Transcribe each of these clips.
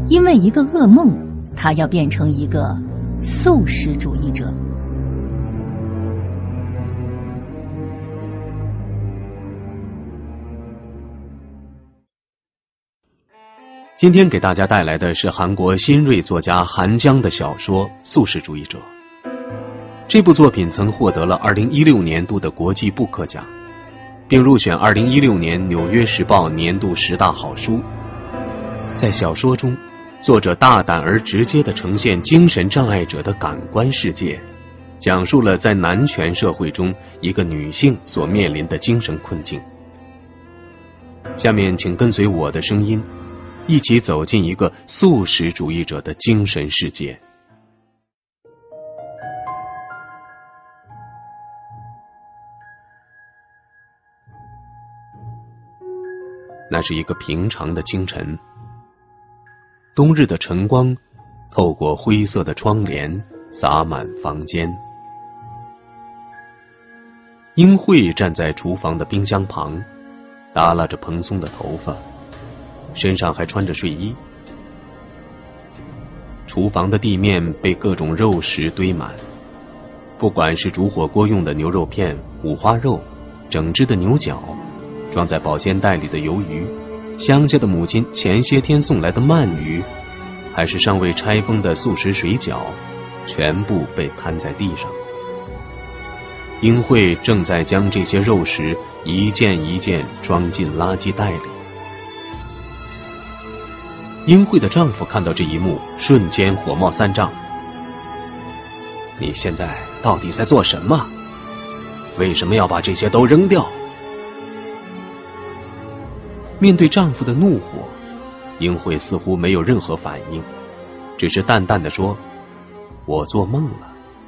因为一个噩梦，她要变成一个素食主义者。 今天给大家带来的是韩国新锐作家韩江的小说《素食主义者》。这部作品曾获得了2016年度的国际布克奖，并入选2016年纽约时报年度10大好书。在小说中，作者大胆而直接地呈现精神障碍者的感官世界，讲述了在男权社会中一个女性所面临的精神困境。下面请跟随我的声音，一起走进一个素食主义者的精神世界。那是一个平常的清晨，冬日的晨光透过灰色的窗帘洒满房间。英惠站在厨房的冰箱旁，耷拉着蓬松的头发，身上还穿着睡衣。厨房的地面被各种肉食堆满，不管是煮火锅用的牛肉片、五花肉、整只的牛角，装在保鲜袋里的鱿鱼，乡下的母亲前些天送来的鳗鱼，还是尚未拆封的素食水饺，全部被摊在地上。英惠正在将这些肉食一件一件装进垃圾袋里。英惠的丈夫看到这一幕，瞬间火冒三丈。你现在到底在做什么？为什么要把这些都扔掉？面对丈夫的怒火，英惠似乎没有任何反应，只是淡淡地说：我做梦了。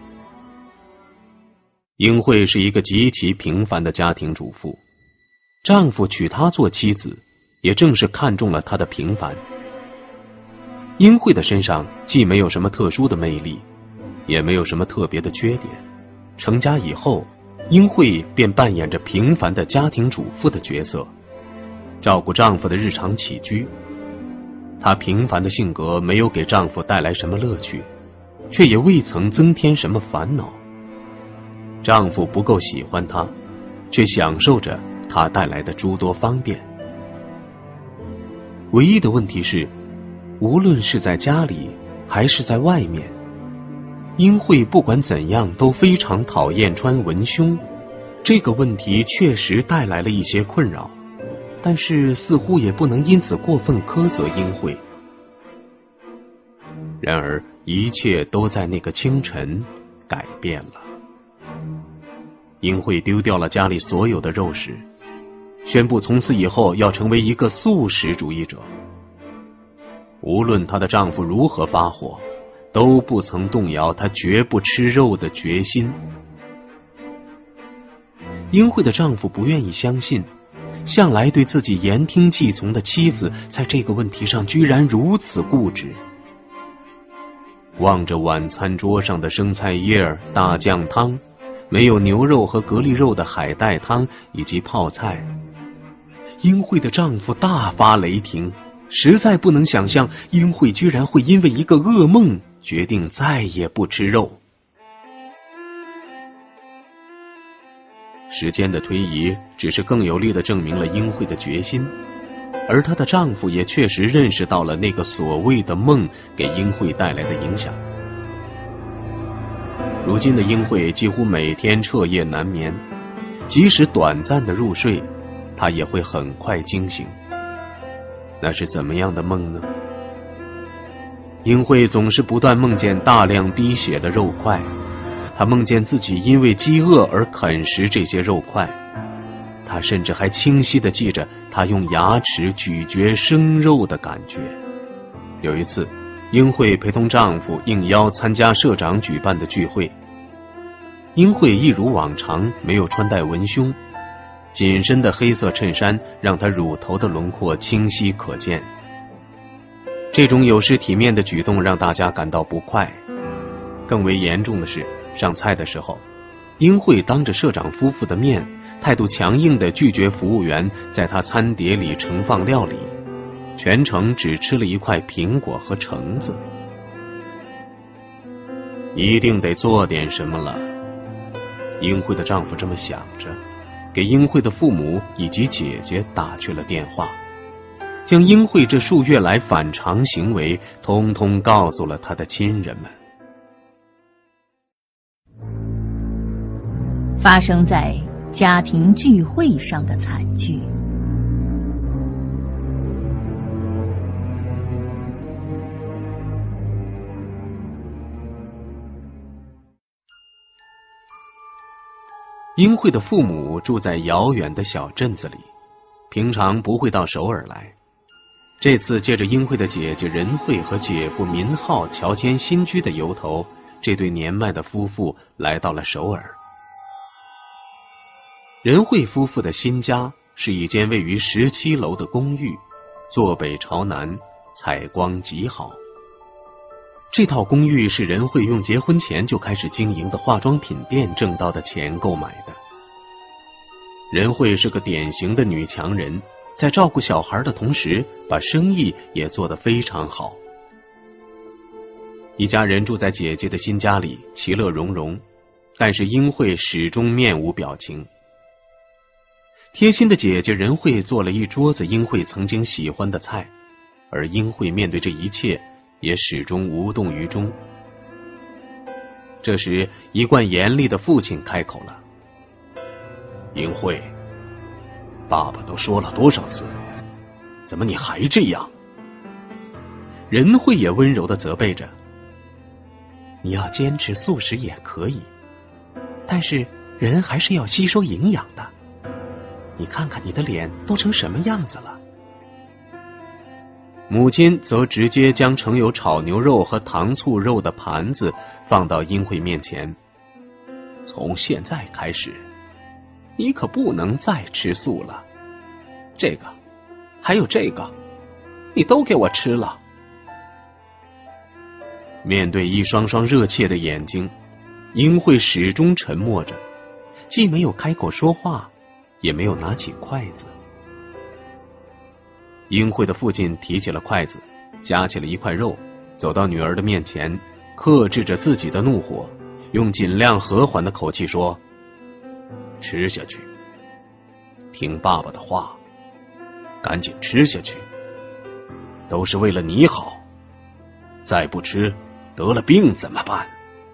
英惠是一个极其平凡的家庭主妇，丈夫娶她做妻子，也正是看中了她的平凡。英惠的身上既没有什么特殊的魅力，也没有什么特别的缺点，成家以后，英惠便扮演着平凡的家庭主妇的角色，照顾丈夫的日常起居。她平凡的性格没有给丈夫带来什么乐趣，却也未曾增添什么烦恼。丈夫不够喜欢她，却享受着她带来的诸多方便。唯一的问题是，无论是在家里还是在外面，英惠不管怎样都非常讨厌穿文胸。这个问题确实带来了一些困扰，但是似乎也不能因此过分苛责英惠。然而一切都在那个清晨改变了。英惠丢掉了家里所有的肉食，宣布从此以后要成为一个素食主义者。无论她的丈夫如何发火，都不曾动摇她绝不吃肉的决心。英惠的丈夫不愿意相信，向来对自己言听计从的妻子在这个问题上居然如此固执。望着晚餐桌上的生菜叶、大酱汤，没有牛肉和蛤蜊肉的海带汤以及泡菜，英惠的丈夫大发雷霆，实在不能想象英惠居然会因为一个噩梦决定再也不吃肉。时间的推移只是更有力地证明了英惠的决心，而她的丈夫也确实认识到了那个所谓的梦给英惠带来的影响。如今的英惠几乎每天彻夜难眠，即使短暂的入睡，她也会很快惊醒。那是怎么样的梦呢？英惠总是不断梦见大量滴血的肉块，她梦见自己因为饥饿而啃食这些肉块，她甚至还清晰地记着她用牙齿咀嚼生肉的感觉。有一次，英惠陪同丈夫应邀参加社长举办的聚会，英惠一如往常没有穿戴文胸，紧身的黑色衬衫让她乳头的轮廓清晰可见。这种有失体面的举动让大家感到不快。更为严重的是，上菜的时候，英惠当着社长夫妇的面，态度强硬地拒绝服务员在她餐碟里盛放料理， 全程只吃了一块苹果和橙子。一定得做点什么了，英惠的丈夫这么想着，给英惠的父母以及姐姐打去了电话，将英惠这数月来反常行为通通告诉了他的亲人们。 发生在家庭聚会上的惨剧。 英惠的父母住在遥远的小镇子里，平常不会到首尔来。这次借着英惠的姐姐仁惠和姐夫民浩乔迁新居的由头，这对年迈的夫妇来到了首尔。仁惠夫妇的新家是一间位于17楼的公寓，坐北朝南，采光极好。这套公寓是仁惠用结婚前就开始经营的化妆品店挣到的钱购买的。仁惠是个典型的女强人，在照顾小孩的同时，把生意也做得非常好。一家人住在姐姐的新家里，其乐融融，但是英惠始终面无表情。贴心的姐姐仁惠做了一桌子英惠曾经喜欢的菜，而英惠面对这一切也始终无动于衷。这时，一贯严厉的父亲开口了：“英惠，爸爸都说了多少次，怎么你还这样？”仁惠也温柔地责备着：“你要坚持素食也可以，但是人还是要吸收营养的。你看看你的脸都成什么样子了。”母亲则直接将盛有炒牛肉和糖醋肉的盘子放到英惠面前：“从现在开始，你可不能再吃素了。这个，还有这个，你都给我吃了。”面对一双双热切的眼睛，英惠始终沉默着，既没有开口说话，也没有拿起筷子。英惠的父亲提起了筷子，夹起了一块肉，走到女儿的面前，克制着自己的怒火，用尽量和缓的口气说：“吃下去，听爸爸的话，赶紧吃下去，都是为了你好，再不吃得了病怎么办？”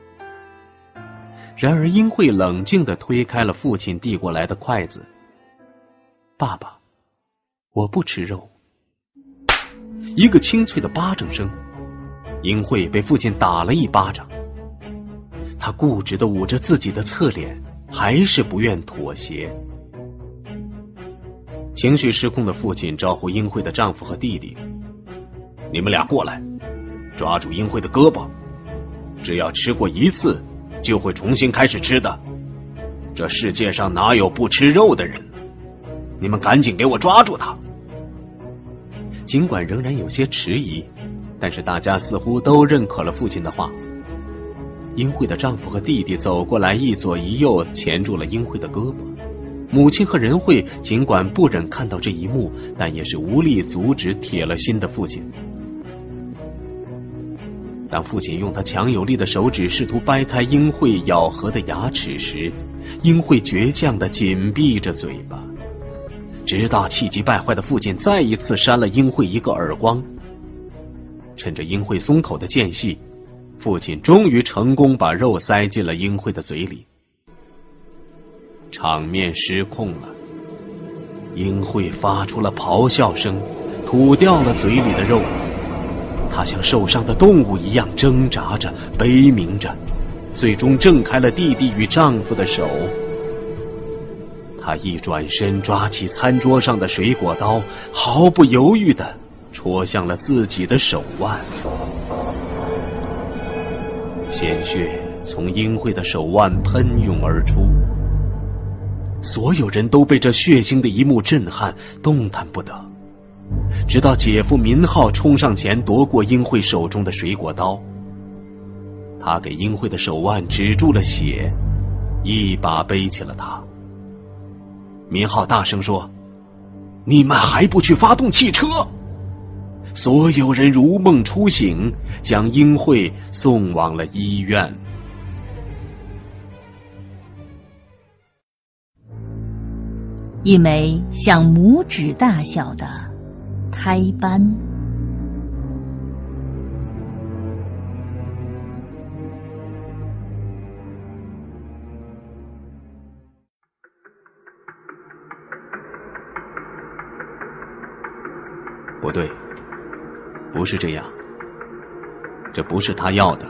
然而英惠冷静地推开了父亲递过来的筷子：“爸爸，我不吃肉。”一个清脆的巴掌声，英惠被父亲打了一巴掌。她固执地捂着自己的侧脸，还是不愿妥协。情绪失控的父亲招呼英惠的丈夫和弟弟：“你们俩过来，抓住英惠的胳膊，只要吃过一次，就会重新开始吃的。这世界上哪有不吃肉的人？你们赶紧给我抓住他！”尽管仍然有些迟疑，但是大家似乎都认可了父亲的话。英惠的丈夫和弟弟走过来，一左一右钳住了英惠的胳膊。母亲和仁惠尽管不忍看到这一幕，但也是无力阻止铁了心的父亲。当父亲用他强有力的手指试图掰开英惠咬合的牙齿时，英惠倔强地紧闭着嘴巴，直到气急败坏的父亲再一次扇了英惠一个耳光。趁着英惠松口的间隙，父亲终于成功把肉塞进了英惠的嘴里。场面失控了，英惠发出了咆哮声，吐掉了嘴里的肉。她像受伤的动物一样挣扎着，悲鸣着，最终挣开了弟弟与丈夫的手。她一转身抓起餐桌上的水果刀，毫不犹豫地戳向了自己的手腕。鲜血从英惠的手腕喷涌而出，所有人都被这血腥的一幕震撼，动弹不得。直到姐夫民浩冲上前夺过英惠手中的水果刀，他给英惠的手腕止住了血，一把背起了她。民浩大声说：“你们还不去发动汽车！” 所有人如梦初醒，将英惠送往了医院。 一枚像拇指大小的胎斑。 不对，不是这样，这不是他要的。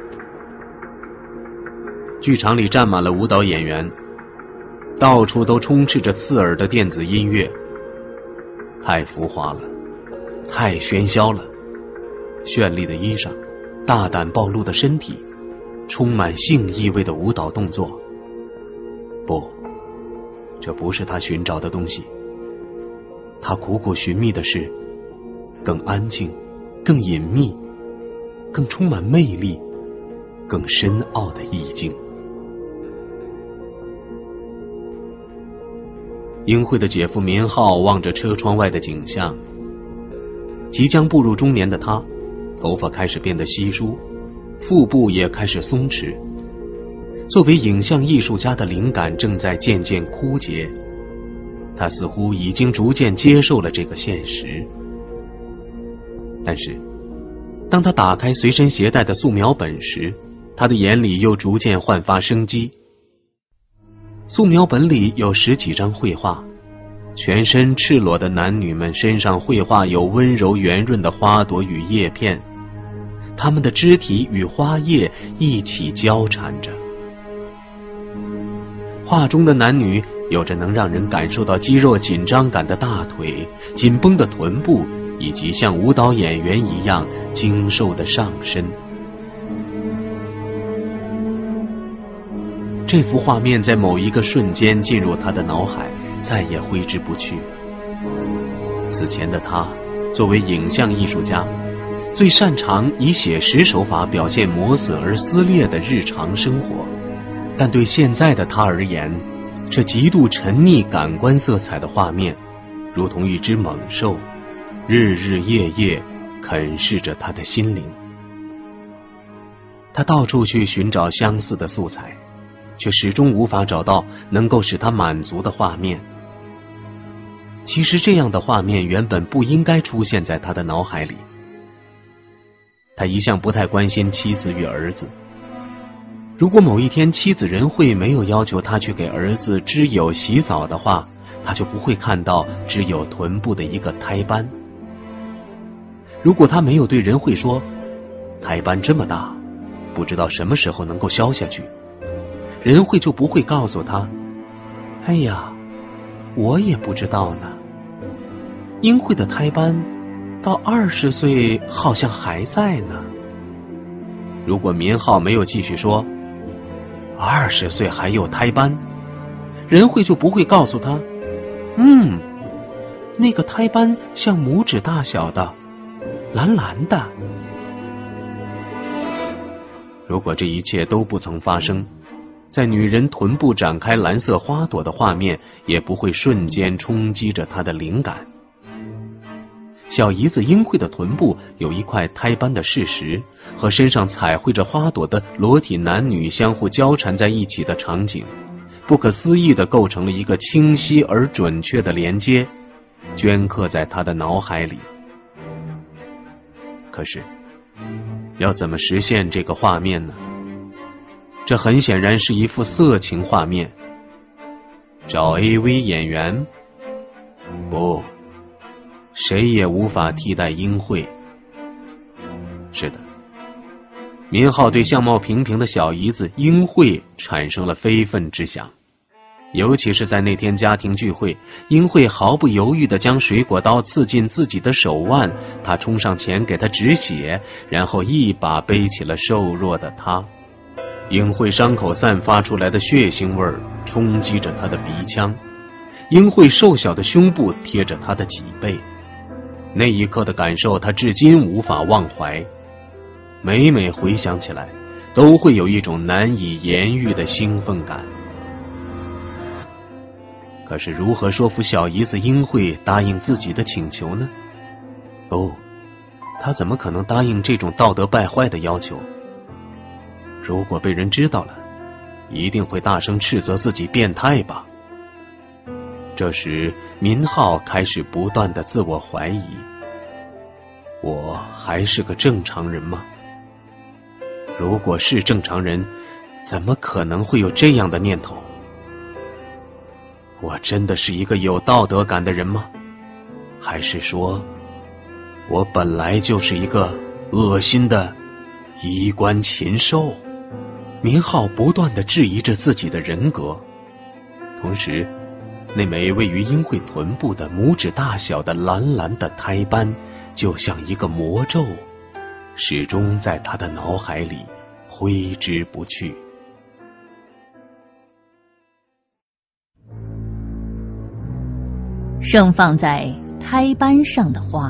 剧场里站满了舞蹈演员，到处都充斥着刺耳的电子音乐，太浮华了，太喧嚣了。绚丽的衣裳，大胆暴露的身体，充满性意味的舞蹈动作。不，这不是他寻找的东西。他苦苦寻觅的是更安静、更隐秘、更充满魅力、更深奥的意境。英惠的姐夫民浩望着车窗外的景象，即将步入中年的他，头发开始变得稀疏，腹部也开始松弛。作为影像艺术家的灵感正在渐渐枯竭，他似乎已经逐渐接受了这个现实。但是当他打开随身携带的素描本时，他的眼里又逐渐焕发生机。素描本里有10几张绘画，全身赤裸的男女们身上绘画有温柔圆润的花朵与叶片，他们的肢体与花叶一起交缠着。画中的男女有着能让人感受到肌肉紧张感的大腿、紧绷的臀部，以及像舞蹈演员一样精瘦的上身。这幅画面在某一个瞬间进入他的脑海，再也挥之不去。此前的他作为影像艺术家，最擅长以写实手法表现磨损而撕裂的日常生活，但对现在的他而言，这极度沉溺感官色彩的画面如同一只猛兽，日日夜夜啃噬着他的心灵。他到处去寻找相似的素材，却始终无法找到能够使他满足的画面。其实这样的画面原本不应该出现在他的脑海里。他一向不太关心妻子与儿子，如果某一天妻子仁惠没有要求他去给儿子知友洗澡的话，他就不会看到只有臀部的一个胎斑。如果他没有对仁惠说，胎斑这么大，不知道什么时候能够消下去，仁惠就不会告诉他，哎呀，我也不知道呢，英惠的胎斑到20岁好像还在呢。如果民浩没有继续说20岁还有胎斑，仁惠就不会告诉他，那个胎斑像拇指大小的，蓝蓝的。如果这一切都不曾发生，在女人臀部展开蓝色花朵的画面也不会瞬间冲击着她的灵感。小姨子英惠的臀部有一块胎斑的事实，和身上彩绘着花朵的裸体男女相互交缠在一起的场景，不可思议地构成了一个清晰而准确的连接，镌刻在他的脑海里。可是要怎么实现这个画面呢？这很显然是一幅色情画面。找 AV 演员？不，谁也无法替代英惠。是的，民浩对相貌平平的小姨子英惠产生了非分之想，尤其是在那天家庭聚会，英惠毫不犹豫地将水果刀刺进自己的手腕，他冲上前给她止血，然后一把背起了瘦弱的她。英惠伤口散发出来的血腥味冲击着她的鼻腔，英惠瘦小的胸部贴着她的脊背，那一刻的感受她至今无法忘怀，每每回想起来都会有一种难以言喻的兴奋感。可是如何说服小姨子英惠答应自己的请求呢？ 他怎么可能答应这种道德败坏的要求？如果被人知道了，一定会大声斥责自己变态吧。这时民浩开始不断的自我怀疑，我还是个正常人吗？如果是正常人，怎么可能会有这样的念头？我真的是一个有道德感的人吗？还是说我本来就是一个恶心的衣冠禽兽？民浩不断地质疑着自己的人格，同时那枚位于英惠臀部的拇指大小的蓝蓝的胎斑，就像一个魔咒，始终在他的脑海里挥之不去。 盛放在胎斑上的花。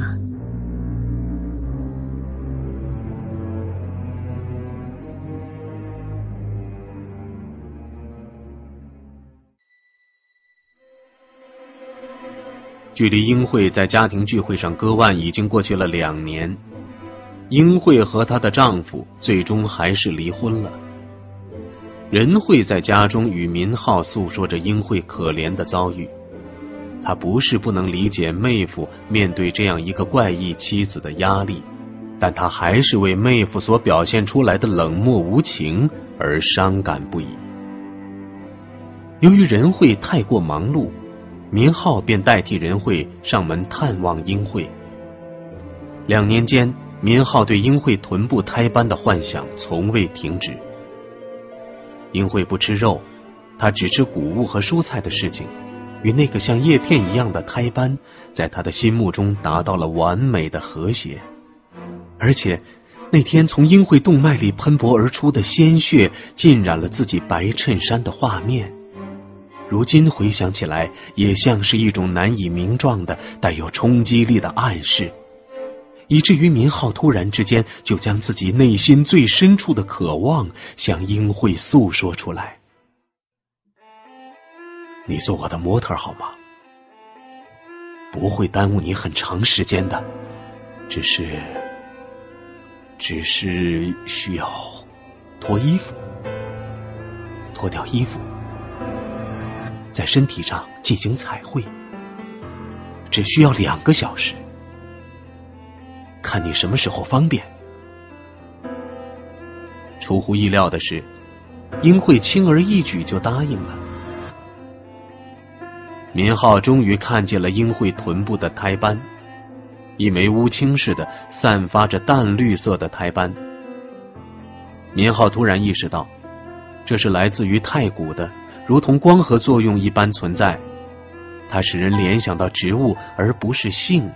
距离英惠在家庭聚会上割腕已经过去了2年，英惠和她的丈夫最终还是离婚了。任惠在家中与民浩诉说着英惠可怜的遭遇，她不是不能理解妹夫面对这样一个怪异妻子的压力，但她还是为妹夫所表现出来的冷漠无情而伤感不已。由于任惠太过忙碌，民浩便代替任惠上门探望英惠。2年间，民浩对英惠臀部胎斑的幻想从未停止。英惠不吃肉，她只吃谷物和蔬菜的事情，与那个像叶片一样的胎斑，在她的心目中达到了完美的和谐。而且那天从英惠动脉里喷薄而出的鲜血，浸染了自己白衬衫的画面，如今回想起来，也像是一种难以名状的带有冲击力的暗示，以至于民浩突然之间就将自己内心最深处的渴望向英惠诉说出来。你做我的模特好吗？不会耽误你很长时间的，只是需要脱衣服，脱掉衣服，在身体上进行彩绘，只需要2个小时，看你什么时候方便。出乎意料的是，英惠轻而易举就答应了。民浩终于看见了英惠臀部的胎斑，一枚乌青似的散发着淡绿色的胎斑。民浩突然意识到，这是来自于太古的如同光合作用一般存在，它使人联想到植物而不是性。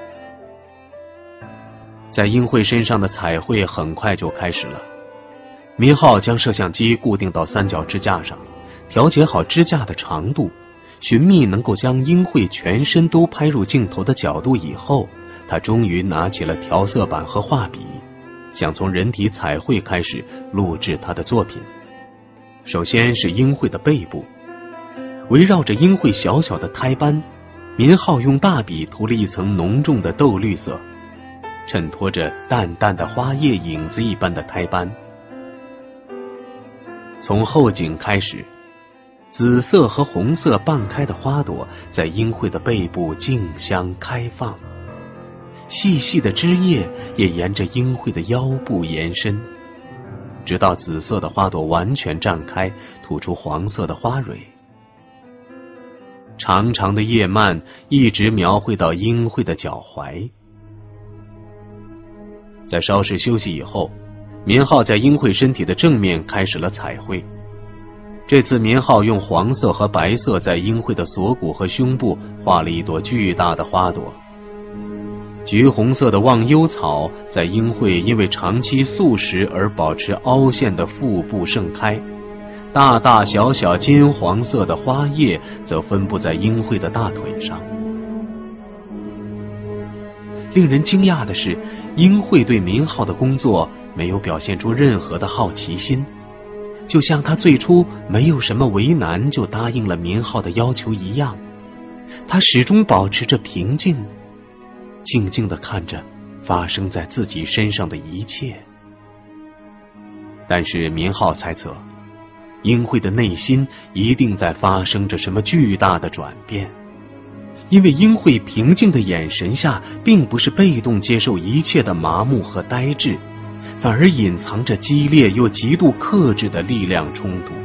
在英惠身上的彩绘很快就开始了。民浩将摄像机固定到3脚支架上，调节好支架的长度，寻觅能够将英惠全身都拍入镜头的角度以后，他终于拿起了调色板和画笔，想从人体彩绘开始录制他的作品。首先是英惠的背部，围绕着英惠小小的胎斑，民浩用大笔涂了一层浓重的豆绿色，衬托着淡淡的花叶影子一般的胎斑。从后颈开始，紫色和红色半开的花朵在英惠的背部竞相开放，细细的枝叶也沿着英惠的腰部延伸，直到紫色的花朵完全绽开，吐出黄色的花蕊。长长的叶蔓一直描绘到英惠的脚踝。在稍事休息以后，民浩在英惠身体的正面开始了彩绘。这次民浩用黄色和白色在英惠的锁骨和胸部画了一朵巨大的花朵。橘红色的忘忧草在英惠因为长期素食而保持凹陷的腹部盛开，大大小小金黄色的花叶则分布在英惠的大腿上。令人惊讶的是，英惠对民浩的工作没有表现出任何的好奇心，就像他最初没有什么为难就答应了民浩的要求一样，他始终保持着平静，静静地看着发生在自己身上的一切。但是民浩猜测，英惠的内心一定在发生着什么巨大的转变，因为英惠平静的眼神下并不是被动接受一切的麻木和呆滞，反而隐藏着激烈又极度克制的力量冲突。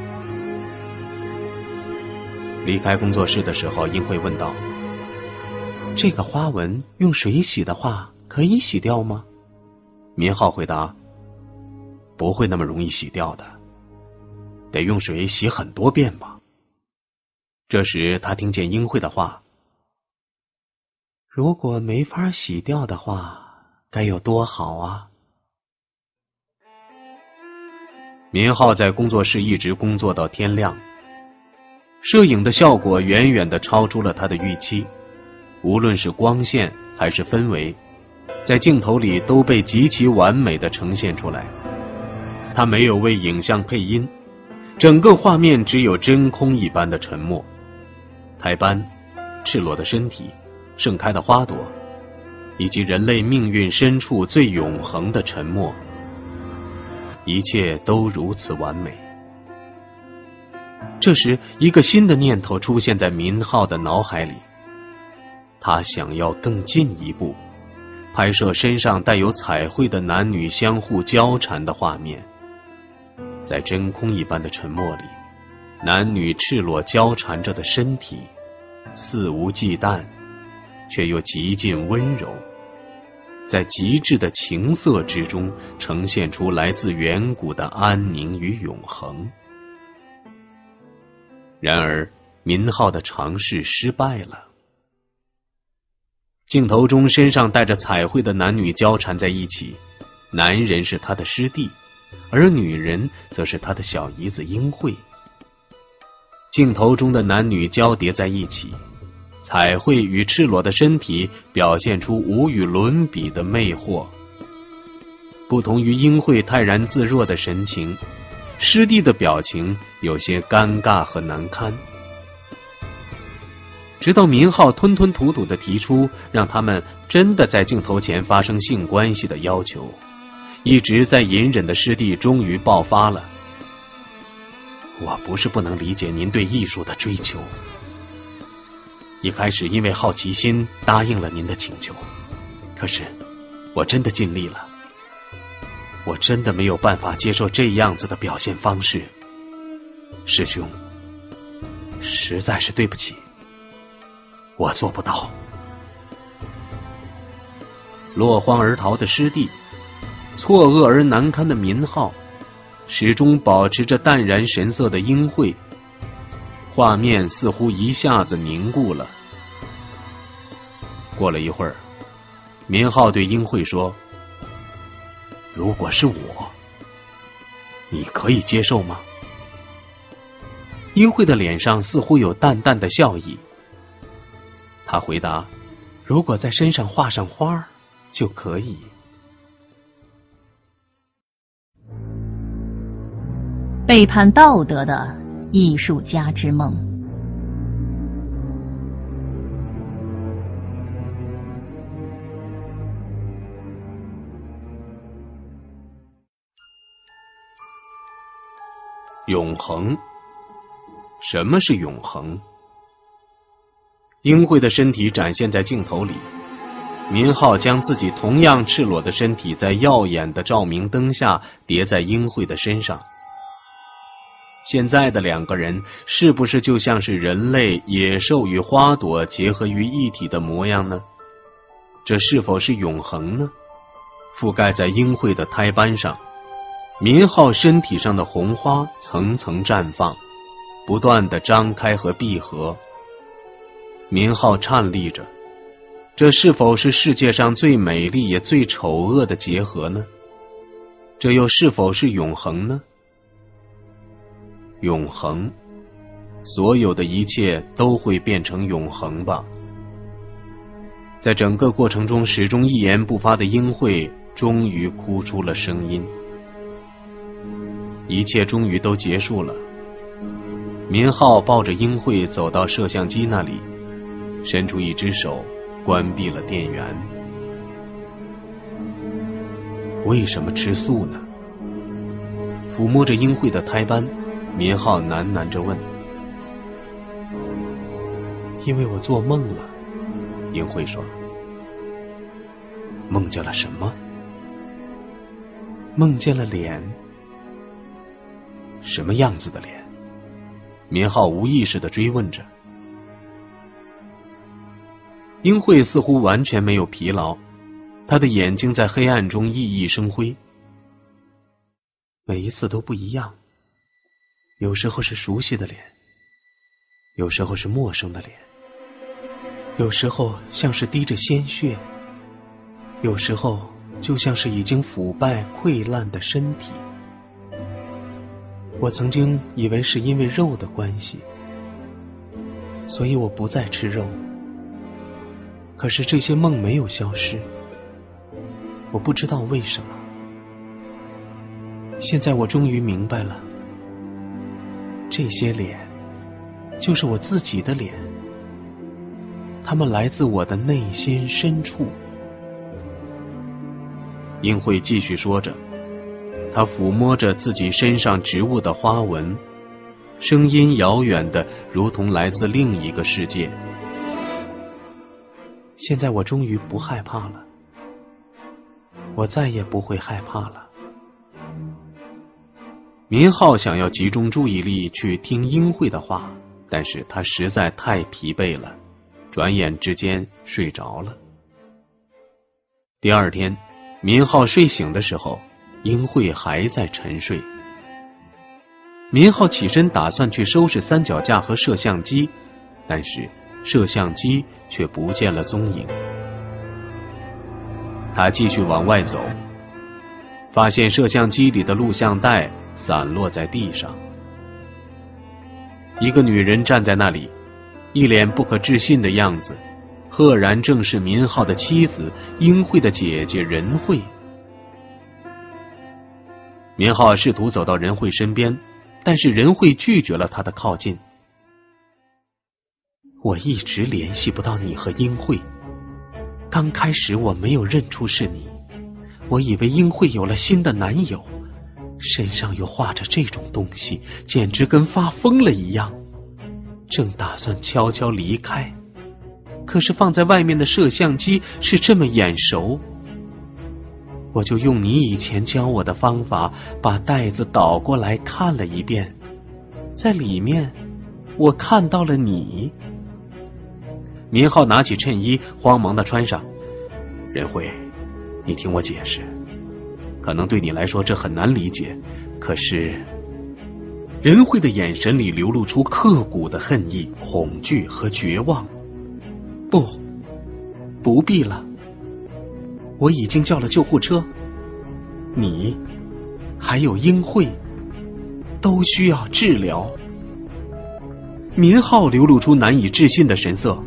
离开工作室的时候，英惠问道：这个花纹用水洗的话可以洗掉吗？民浩回答：不会那么容易洗掉的，得用水洗很多遍吧。这时他听见英惠的话：如果没法洗掉的话，该有多好啊。民浩在工作室一直工作到天亮，摄影的效果远远地超出了他的预期，无论是光线还是氛围，在镜头里都被极其完美地呈现出来。他没有为影像配音，整个画面只有真空一般的沉默。胎斑、赤裸的身体、盛开的花朵，以及人类命运深处最永恒的沉默，一切都如此完美。这时，一个新的念头出现在民浩的脑海里，他想要更进一步，拍摄身上带有彩绘的男女相互交缠的画面。在真空一般的沉默里，男女赤裸交缠着的身体，肆无忌惮，却又极尽温柔，在极致的情色之中呈现出来自远古的安宁与永恒。然而民浩的尝试失败了。镜头中身上带着彩绘的男女交缠在一起，男人是他的师弟，而女人则是他的小姨子英惠。镜头中的男女交叠在一起，彩绘与赤裸的身体表现出无与伦比的魅惑。不同于英惠泰然自若的神情，师弟的表情有些尴尬和难堪。直到民浩吞吞吐吐地提出让他们真的在镜头前发生性关系的要求，一直在隐忍的师弟终于爆发了：我不是不能理解您对艺术的追求，一开始因为好奇心答应了您的请求，可是我真的尽力了，我真的没有办法接受这样子的表现方式。师兄，实在是对不起，我做不到。落荒而逃的师弟，错愕而难堪的民浩，始终保持着淡然神色的英惠，画面似乎一下子凝固了。过了一会儿，民浩对英惠说：如果是我，你可以接受吗？英惠的脸上似乎有淡淡的笑意，他回答：如果在身上画上花就可以。 背叛道德的艺术家之梦。 永恒，什么是永恒？英惠的身体展现在镜头里，民浩将自己同样赤裸的身体在耀眼的照明灯下叠在英惠的身上。现在的两个人是不是就像是人类、野兽与花朵结合于一体的模样呢？这是否是永恒呢？覆盖在英惠的胎斑上，民浩身体上的红花层层绽放，不断地张开和闭合。民浩颤栗着，这是否是世界上最美丽也最丑恶的结合呢？这又是否是永恒呢？永恒，所有的一切都会变成永恒吧。在整个过程中始终一言不发的英惠终于哭出了声音。一切终于都结束了。民浩抱着英惠走到摄像机那里，伸出一只手关闭了电源。 为什么吃素呢？抚摸着英慧的胎斑，民浩喃喃着问。因为我做梦了，英慧说。梦见了什么？梦见了脸。什么样子的脸？民浩无意识地追问着。英慧似乎完全没有疲劳，她的眼睛在黑暗中熠熠生辉。每一次都不一样，有时候是熟悉的脸，有时候是陌生的脸，有时候像是滴着鲜血，有时候就像是已经腐败溃烂的身体。我曾经以为是因为肉的关系，所以我不再吃肉。可是这些梦没有消失，我不知道为什么。现在我终于明白了，这些脸就是我自己的脸，它们来自我的内心深处。英慧继续说着，她抚摸着自己身上植物的花纹，声音遥远的如同来自另一个世界。现在我终于不害怕了，我再也不会害怕了。民浩想要集中注意力去听英慧的话，但是他实在太疲惫了，转眼之间睡着了。第二天，民浩睡醒的时候，英慧还在沉睡。民浩起身打算去收拾三脚架和摄像机，但是摄像机却不见了踪影。他继续往外走，发现摄像机里的录像带散落在地上。一个女人站在那里，一脸不可置信的样子，赫然正是民浩的妻子，英慧的姐姐任慧。民浩试图走到任慧身边，但是任慧拒绝了他的靠近。我一直联系不到你和英慧，刚开始我没有认出是你，我以为英慧有了新的男友，身上又画着这种东西，简直跟发疯了一样。正打算悄悄离开，可是放在外面的摄像机是这么眼熟，我就用你以前教我的方法，把袋子倒过来看了一遍，在里面我看到了你。民浩拿起衬衣，慌忙地穿上。任慧，你听我解释，可能对你来说这很难理解，可是任慧的眼神里流露出刻骨的恨意、恐惧和绝望。不必了，我已经叫了救护车，你还有英慧都需要治疗。民浩流露出难以置信的神色。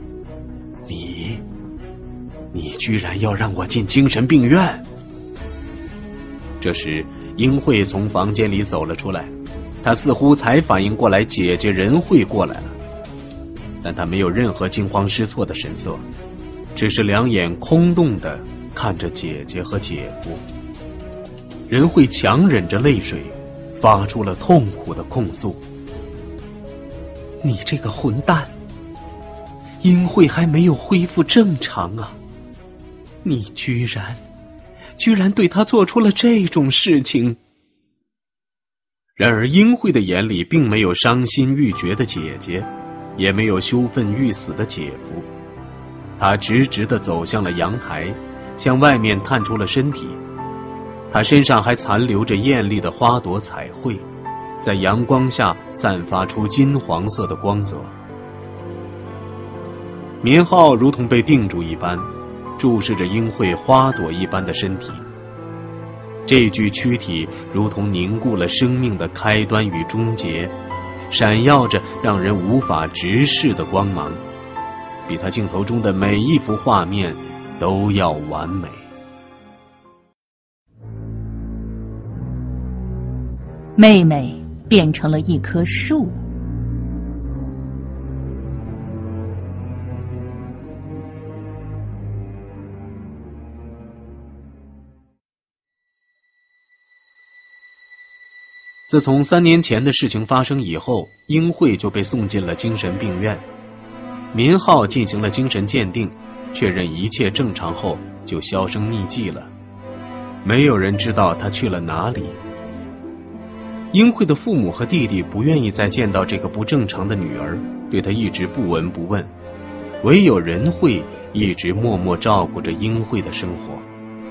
你居然要让我进精神病院？这时英慧从房间里走了出来，她似乎才反应过来姐姐任慧过来了，但她没有任何惊慌失措的神色，只是两眼空洞地看着姐姐和姐夫。任慧强忍着泪水，发出了痛苦的控诉。你这个混蛋，英慧还没有恢复正常啊，你居然对她做出了这种事情。然而英慧的眼里并没有伤心欲绝的姐姐，也没有羞愤欲死的姐夫。她直直地走向了阳台，向外面探出了身体。她身上还残留着艳丽的花朵彩绘，在阳光下散发出金黄色的光泽。民浩如同被定住一般，注视着英慧花朵一般的身体。这具躯体如同凝固了生命的开端与终结，闪耀着让人无法直视的光芒，比他镜头中的每一幅画面都要完美。 妹妹变成了一棵树。 自从3年前的事情发生以后，英惠就被送进了精神病院。民浩进行了精神鉴定，确认一切正常后就销声匿迹了，没有人知道他去了哪里。英惠的父母和弟弟不愿意再见到这个不正常的女儿，对她一直不闻不问，唯有任慧一直默默照顾着英惠的生活。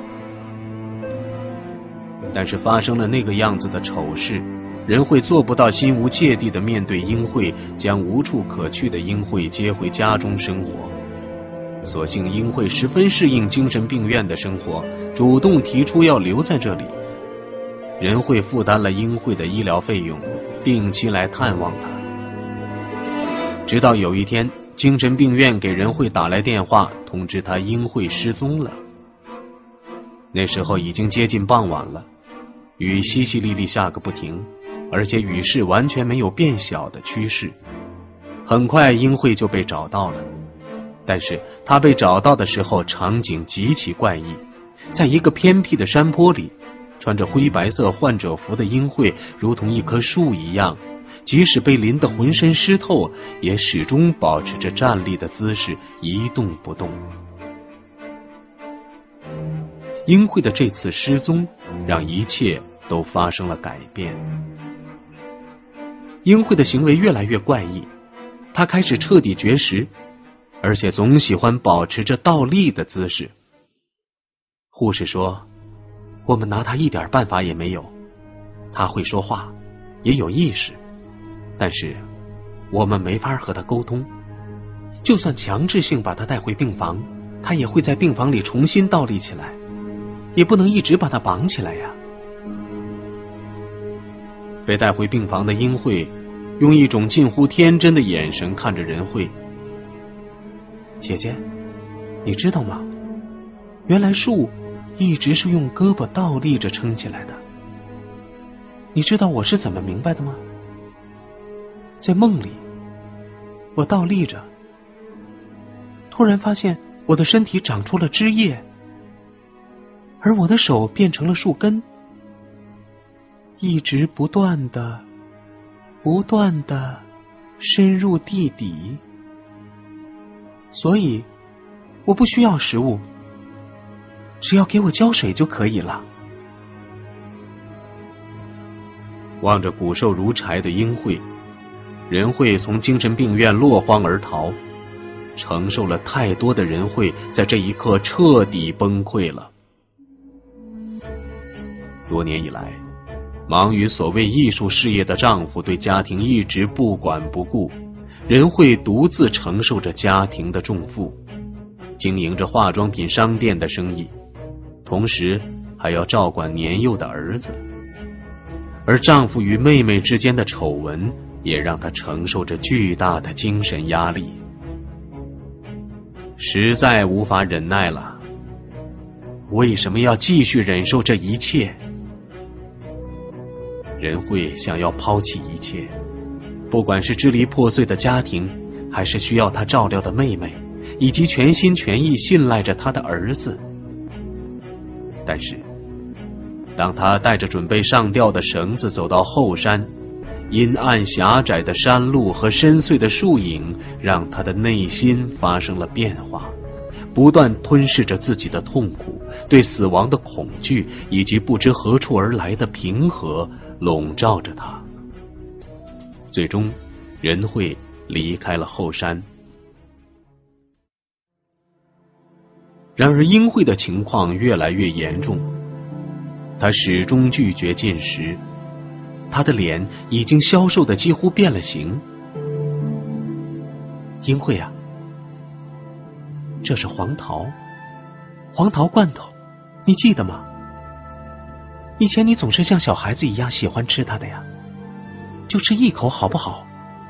但是发生了那个样子的丑事，任慧做不到心无芥蒂地面对英惠，将无处可去的英惠接回家中生活。所幸英惠十分适应精神病院的生活，主动提出要留在这里。任慧负担了英惠的医疗费用，定期来探望她。直到有一天，精神病院给任慧打来电话，通知她英惠失踪了。那时候已经接近傍晚了，雨淅淅沥沥下个不停，而且雨势完全没有变小的趋势。很快英惠就被找到了，但是她被找到的时候场景极其怪异，在一个偏僻的山坡里，穿着灰白色患者服的英惠如同一棵树一样，即使被淋得浑身湿透，也始终保持着站立的姿势，一动不动。英惠的这次失踪让一切都发生了改变。英惠的行为越来越怪异，她开始彻底绝食，而且总喜欢保持着倒立的姿势。护士说，我们拿她一点办法也没有，她会说话，也有意识，但是我们没法和她沟通，就算强制性把她带回病房，她也会在病房里重新倒立起来，也不能一直把她绑起来呀。被带回病房的英惠用一种近乎天真的眼神看着任慧，姐姐，你知道吗？原来树一直是用胳膊倒立着撑起来的。你知道我是怎么明白的吗？在梦里，我倒立着，突然发现我的身体长出了枝叶，而我的手变成了树根，一直不断的深入地底。所以我不需要食物，只要给我浇水就可以了。望着骨瘦如柴的英惠，任慧从精神病院落荒而逃，承受了太多的任慧在这一刻彻底崩溃了。多年以来，忙于所谓艺术事业的丈夫对家庭一直不管不顾，任慧独自承受着家庭的重负，经营着化妆品商店的生意，同时还要照管年幼的儿子。而丈夫与妹妹之间的丑闻也让她承受着巨大的精神压力，实在无法忍耐了。为什么要继续忍受这一切？任慧想要抛弃一切，不管是支离破碎的家庭，还是需要她照料的妹妹，以及全心全意信赖着她的儿子。但是当她带着准备上吊的绳子走到后山，阴暗狭窄的山路和深邃的树影让她的内心发生了变化，不断吞噬着自己的痛苦，对死亡的恐惧以及不知何处而来的平和笼罩着她。最终任慧离开了后山。然而英惠的情况越来越严重，她始终拒绝进食，她的脸已经消瘦的几乎变了形。英惠啊，这是黄桃罐头，你记得吗？以前你总是像小孩子一样喜欢吃它的呀，就吃一口好不好？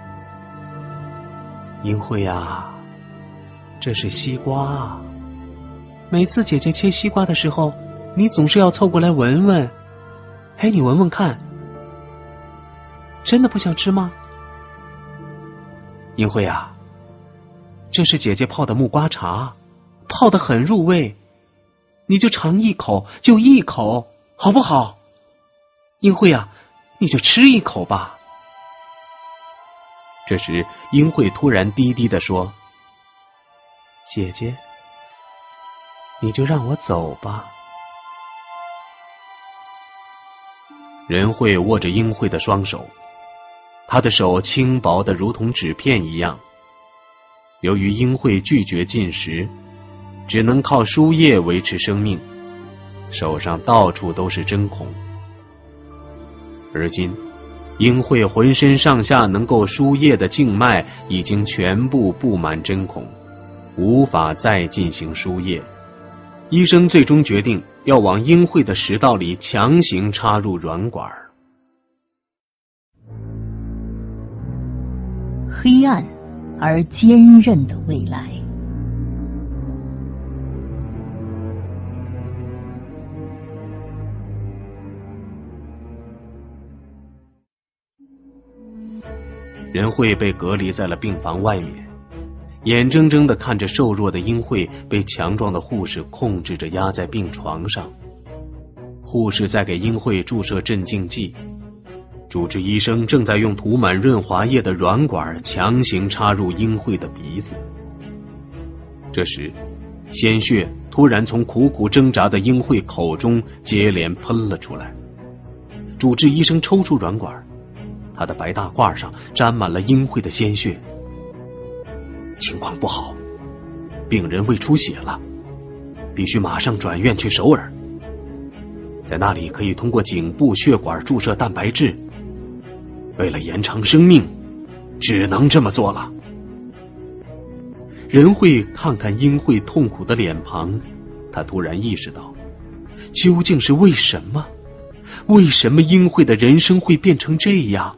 英惠啊，这是西瓜，每次姐姐切西瓜的时候，你总是要凑过来闻闻。哎，你闻闻看，真的不想吃吗？英惠啊，这是姐姐泡的木瓜茶，泡得很入味，你就尝一口，就一口，好不好？英惠啊， 你就吃一口吧。 这时英惠突然低低地说： 姐姐，你就让我走吧。 仁惠握着英惠的双手，她的手轻薄的如同纸片一样。由于英惠拒绝进食，只能靠输液维持生命，手上到处都是针孔。而今英惠浑身上下能够输液的静脉已经全部布满针孔，无法再进行输液。医生最终决定要往英惠的食道里强行插入软管。 黑暗而坚韧的未来。 仁惠被隔离在了病房外面，眼睁睁地看着瘦弱的英惠被强壮的护士控制着压在病床上。护士在给英惠注射镇静剂，主治医生正在用涂满润滑液的软管强行插入英惠的鼻子。这时鲜血突然从苦苦挣扎的英惠口中接连喷了出来。主治医生抽出软管，他的白大褂上沾满了英惠的鲜血。情况不好，病人胃出血了，必须马上转院去首尔，在那里可以通过颈部血管注射蛋白质。为了延长生命，只能这么做了。仁惠看看英惠痛苦的脸庞，他突然意识到，究竟是为什么？为什么英惠的人生会变成这样？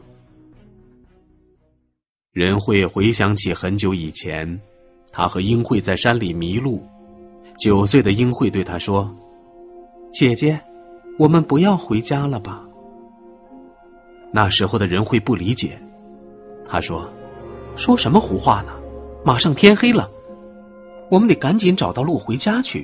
仁惠回想起很久以前，他和英惠在山里迷路。9岁的英惠对他说： 姐姐，我们不要回家了吧？ 那时候的仁惠不理解，他说： 说什么胡话呢？马上天黑了，我们得赶紧找到路回家去。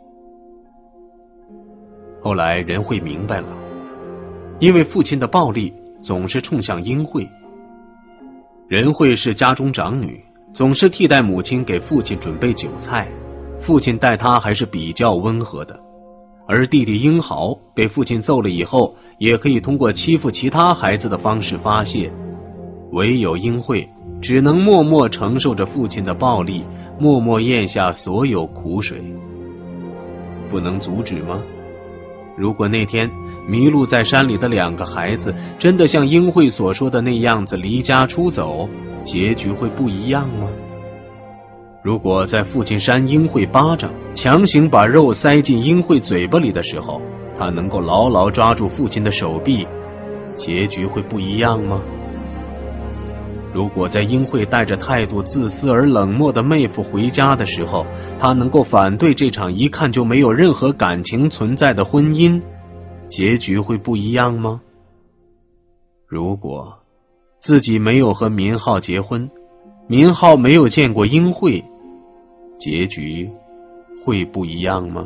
后来仁惠明白了，因为父亲的暴力总是冲向英惠。仁惠是家中长女，总是替代母亲给父亲准备酒菜，父亲待她还是比较温和的。而弟弟英豪被父亲揍了以后，也可以通过欺负其他孩子的方式发泄，唯有英惠只能默默承受着父亲的暴力，默默咽下所有苦水。不能阻止吗？如果那天迷路在山里的2个孩子真的像英惠所说的那样子离家出走，结局会不一样吗？如果在父亲扇英惠巴掌，强行把肉塞进英惠嘴巴里的时候，他能够牢牢抓住父亲的手臂，结局会不一样吗？如果在英惠带着态度自私而冷漠的妹夫回家的时候，他能够反对这场一看就没有任何感情存在的婚姻，结局会不一样吗？如果自己没有和民浩结婚，民浩没有见过英惠，结局会不一样吗？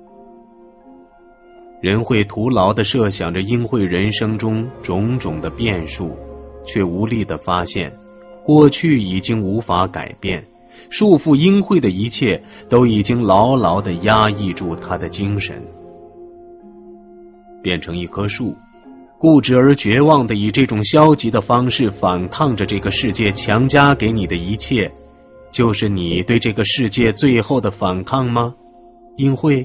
仁惠徒劳地设想着英惠人生中种种的变数，却无力地发现，过去已经无法改变，束缚英惠的一切都已经牢牢地压抑住她的精神。变成一棵树，固执而绝望地以这种消极的方式反抗着这个世界强加给你的一切，就是你对这个世界最后的反抗吗？英惠？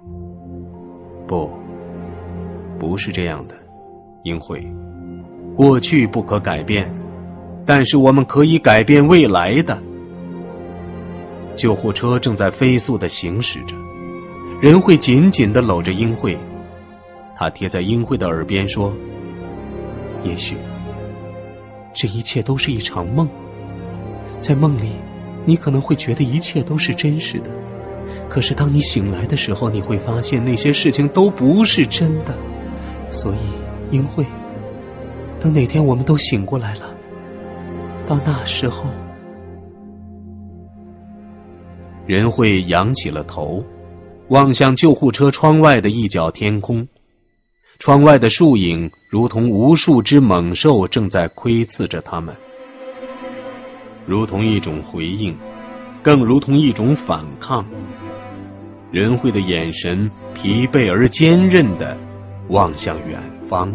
不是这样的，英惠。过去不可改变，但是我们可以改变未来的。救护车正在飞速地行驶着，仁惠紧紧地搂着英惠，他贴在英惠的耳边说：也许这一切都是一场梦，在梦里你可能会觉得一切都是真实的，可是当你醒来的时候，你会发现那些事情都不是真的。所以英惠，等哪天我们都醒过来了，到那时候。仁惠仰起了头，望向救护车窗外的一角天空。 窗外的树影如同无数只猛兽正在窥刺着他们，如同一种回应，更如同一种反抗。仁惠的眼神疲惫而坚韧地望向远方。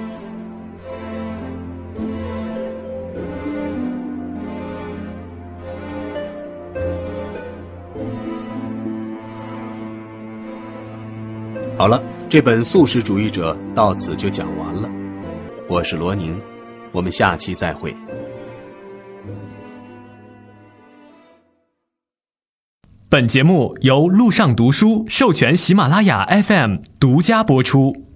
好了，这本素食主义者到此就讲完了。我是罗宁，我们下期再会。 本节目由路上读书授权喜马拉雅 FM 独家播出。